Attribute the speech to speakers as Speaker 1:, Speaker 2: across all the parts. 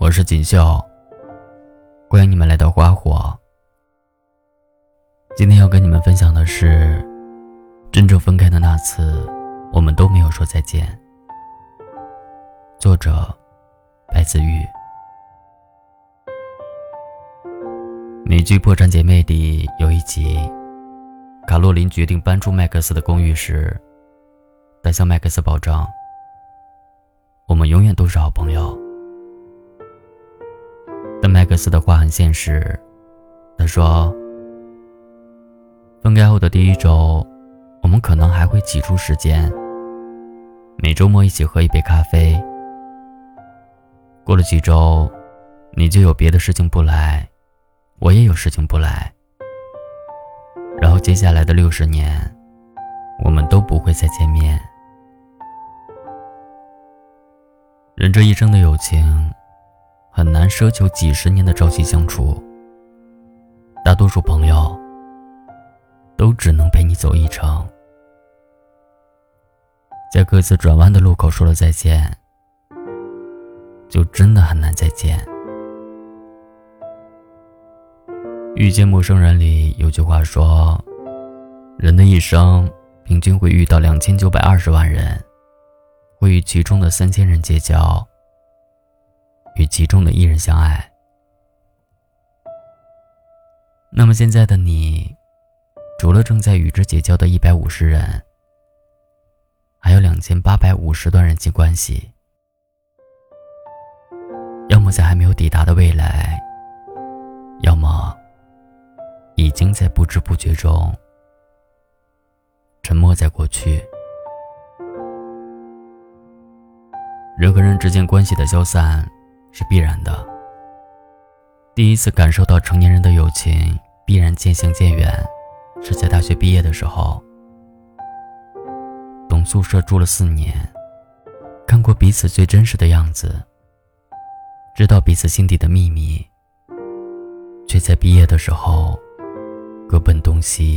Speaker 1: 我是锦绣，欢迎你们来到花火。今天要跟你们分享的是，真正分开的那次，我们都没有说再见。作者白子玉。美剧《破产姐妹》里有一集，卡洛琳决定搬出麦克斯的公寓时，她向麦克斯保证，我们永远都是好朋友。但麦克斯的话很现实，他说，分开后的第一周，我们可能还会挤出时间，每周末一起喝一杯咖啡。过了几周，你就有别的事情不来，我也有事情不来，然后接下来的60年，我们都不会再见面。人这一生的友情很难奢求几十年的朝夕相处，大多数朋友都只能陪你走一程，在各自转弯的路口说了再见，就真的很难再见。遇见陌生人里有句话说，人的一生平均会遇到2920万人，会与其中的3000人结交，与其中的1人相爱。那么现在的你，除了正在与之结交的150人，还有2850段人际关系，要么在还没有抵达的未来，要么已经在不知不觉中沉没在过去。人和人之间关系的消散是必然的，第一次感受到成年人的友情必然渐行渐远，是在大学毕业的时候。懂宿舍住了4年，看过彼此最真实的样子，知道彼此心底的秘密，却在毕业的时候各奔东西。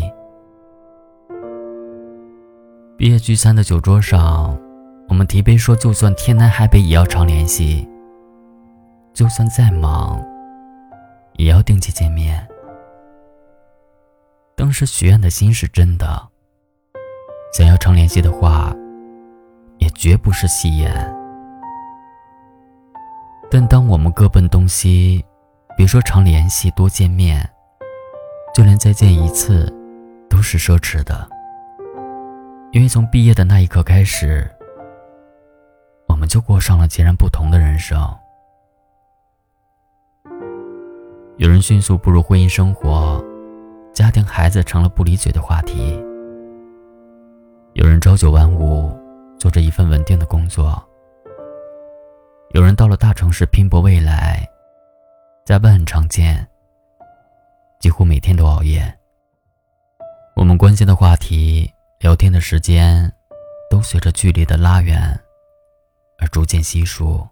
Speaker 1: 毕业聚餐的酒桌上，我们提杯说，就算天南海北也要常联系，就算再忙也要定期见面。当时许愿的心是真的，想要常联系的话也绝不是戏言。但当我们各奔东西，别说常联系多见面，就连再见一次都是奢侈的。因为从毕业的那一刻开始，我们就过上了截然不同的人生。有人迅速步入婚姻生活，家庭孩子成了不离嘴的话题。有人朝九晚五，做着一份稳定的工作。有人到了大城市拼搏未来，加班很常见，几乎每天都熬夜。我们关心的话题，聊天的时间，都随着距离的拉远而逐渐稀疏。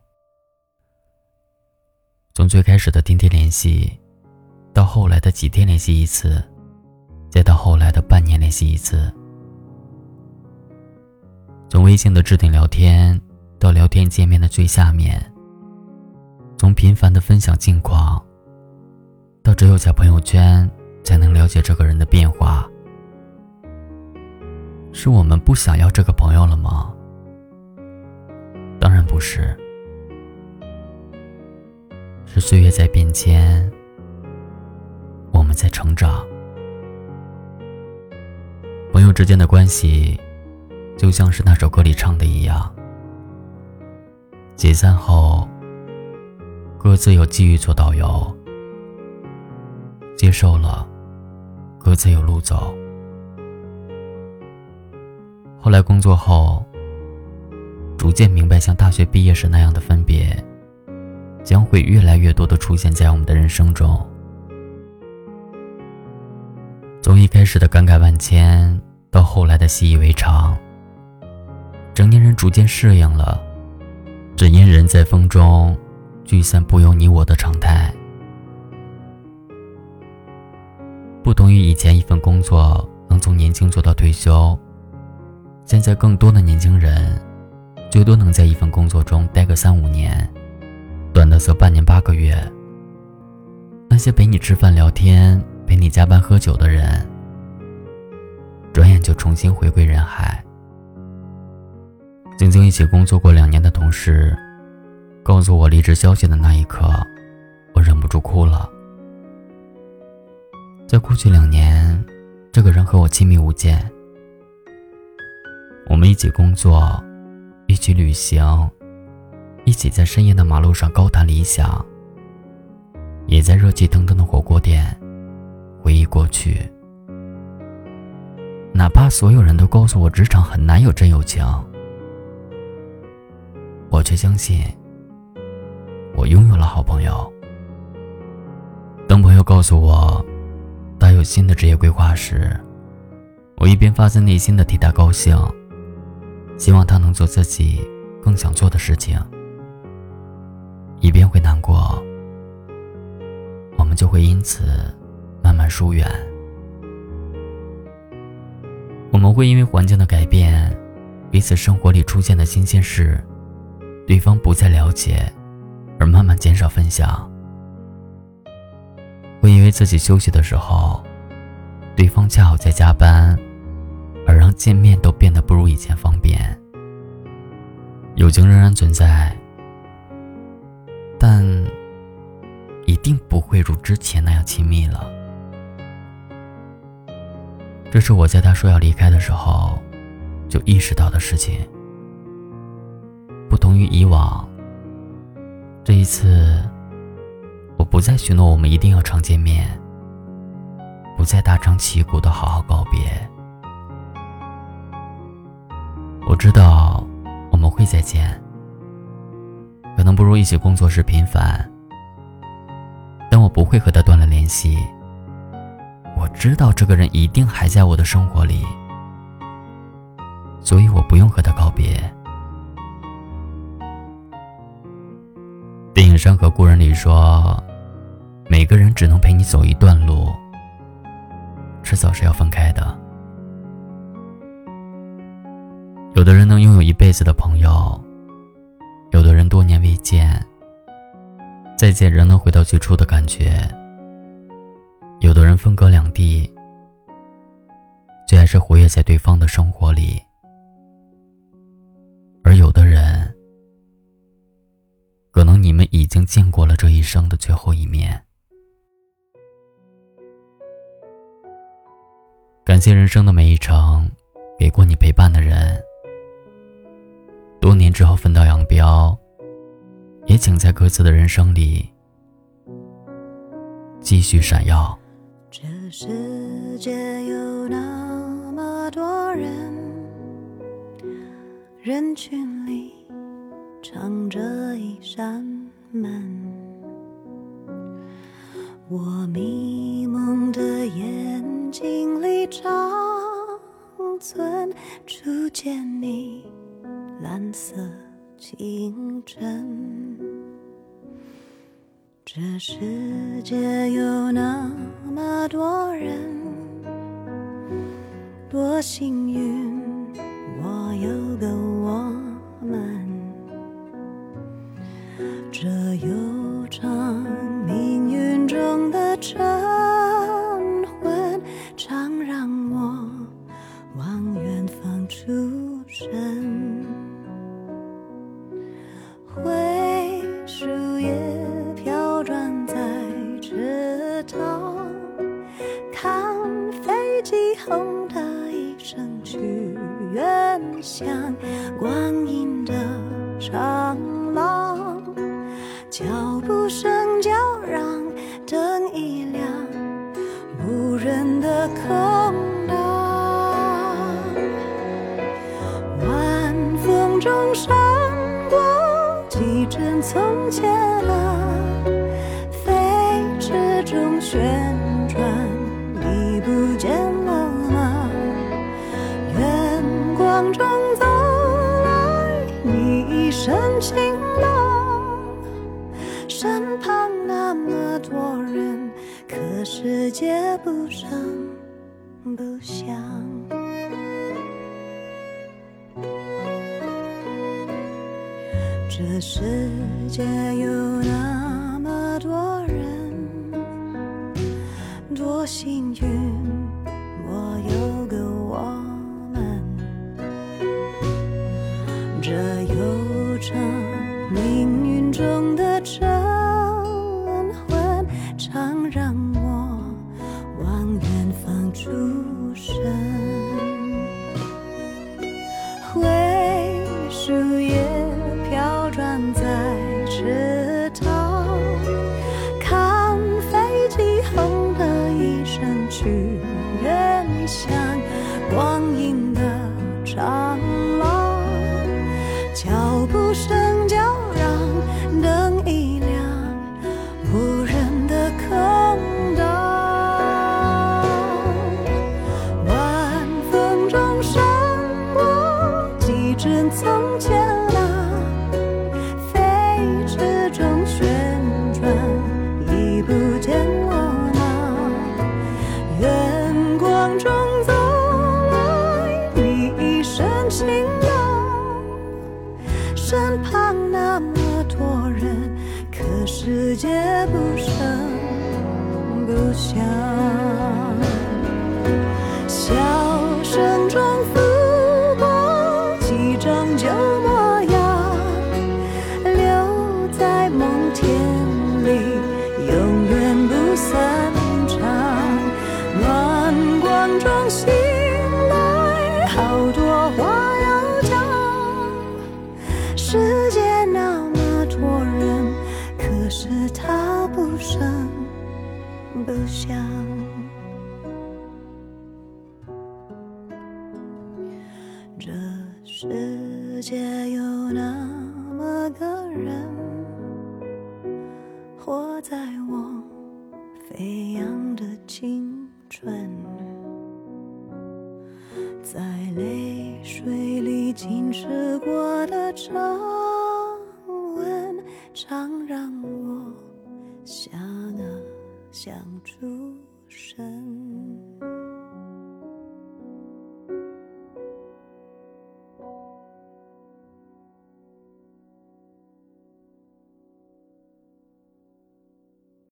Speaker 1: 从最开始的天天联系，到后来的几天联系一次，再到后来的半年联系一次。从微信的置顶聊天，到聊天界面的最下面，从频繁的分享近况，到只有在朋友圈才能了解这个人的变化。是我们不想要这个朋友了吗？当然不是，是岁月在变迁，我们在成长。朋友之间的关系就像是那首歌里唱的一样，解散后各自有机遇做导游，接受了各自有路走。后来工作后，逐渐明白，像大学毕业时那样的分别将会越来越多地出现在我们的人生中。从一开始的感慨万千，到后来的习以为常，成年人逐渐适应了只因人在风中，聚散不由你我的常态。不同于以前一份工作能从年轻做到退休，现在更多的年轻人最多能在一份工作中待个3-5年， 短的则半年8个月。那些陪你吃饭聊天，陪你加班喝酒的人，转眼就重新回归人海。曾经一起工作过2年的同事告诉我离职消息的那一刻，我忍不住哭了。在过去2年，这个人和我亲密无间，我们一起工作，一起旅行，一起在深夜的马路上高谈理想，也在热气腾腾的火锅店回忆过去。哪怕所有人都告诉我职场很难有真友情，我却相信我拥有了好朋友。当朋友告诉我他有新的职业规划时，我一边发自内心的替他高兴，希望他能做自己更想做的事情，一边会难过，我们就会因此慢慢疏远。我们会因为环境的改变，彼此生活里出现的新鲜事，对方不再了解，而慢慢减少分享。会因为自己休息的时候，对方恰好在加班，而让见面都变得不如以前方便。友情仍然存在，但一定不会如之前那样亲密了。这是我在他说要离开的时候就意识到的事情。不同于以往，这一次我不再许诺我们一定要常见面，不再大张旗鼓的好好告别。我知道我们会再见，可能不如一起工作时频繁，但我不会和他断了联系。我知道这个人一定还在我的生活里，所以我不用和他告别。电影《山河故人》里说，每个人只能陪你走一段路，迟早是要分开的。有的人能拥有一辈子的朋友，有的人多年未见，再见仍能回到最初的感觉。有的人分隔两地，却还是活跃在对方的生活里。而有的人，可能你们已经见过了这一生的最后一面。感谢人生的每一程给过你陪伴的人，多年之后分道扬镳，也请在各自的人生里继续闪耀。
Speaker 2: 这世界有那么多人，人群里藏着一扇门，我迷蒙的眼睛里长存初见你蓝色清晨。这世界有那么多人，多幸运我有个我们。这悠长命运中的晨昏，常让我往远方出神。灰树叶飘转在池塘，看飞机轰的一声去远乡，光阴的长廊，脚步声叫嚷，灯一亮，无人的空荡，晚风中闪过几帧从前啊，飞驰中旋转，你不见了吗？远光中走来，你一身晴朗，身旁那么多人，可世界不声不响。 这世界有那么多人，多幸运我有个我们，这悠长命运中的晨昏，常让我往远方出神。灰树叶飘转在池塘，看飞机轰的一声去远乡，光阴的长廊，脚步声叫嚷，灯一亮，无人的空荡，晚风中闪过几帧从前啊，飞驰中旋转，已不见了吗？远光中走来你一身晴朗，身旁那么多人，可世界不声不响，笑声中拂过几张旧模样，留在梦田里，永远不散场。暖光中醒来，好多话要讲。世界那么多人，可是他不声不响。这世界有那么个人，活在我飞扬的青春，在泪水里浸湿过的长吻，常让我想啊想出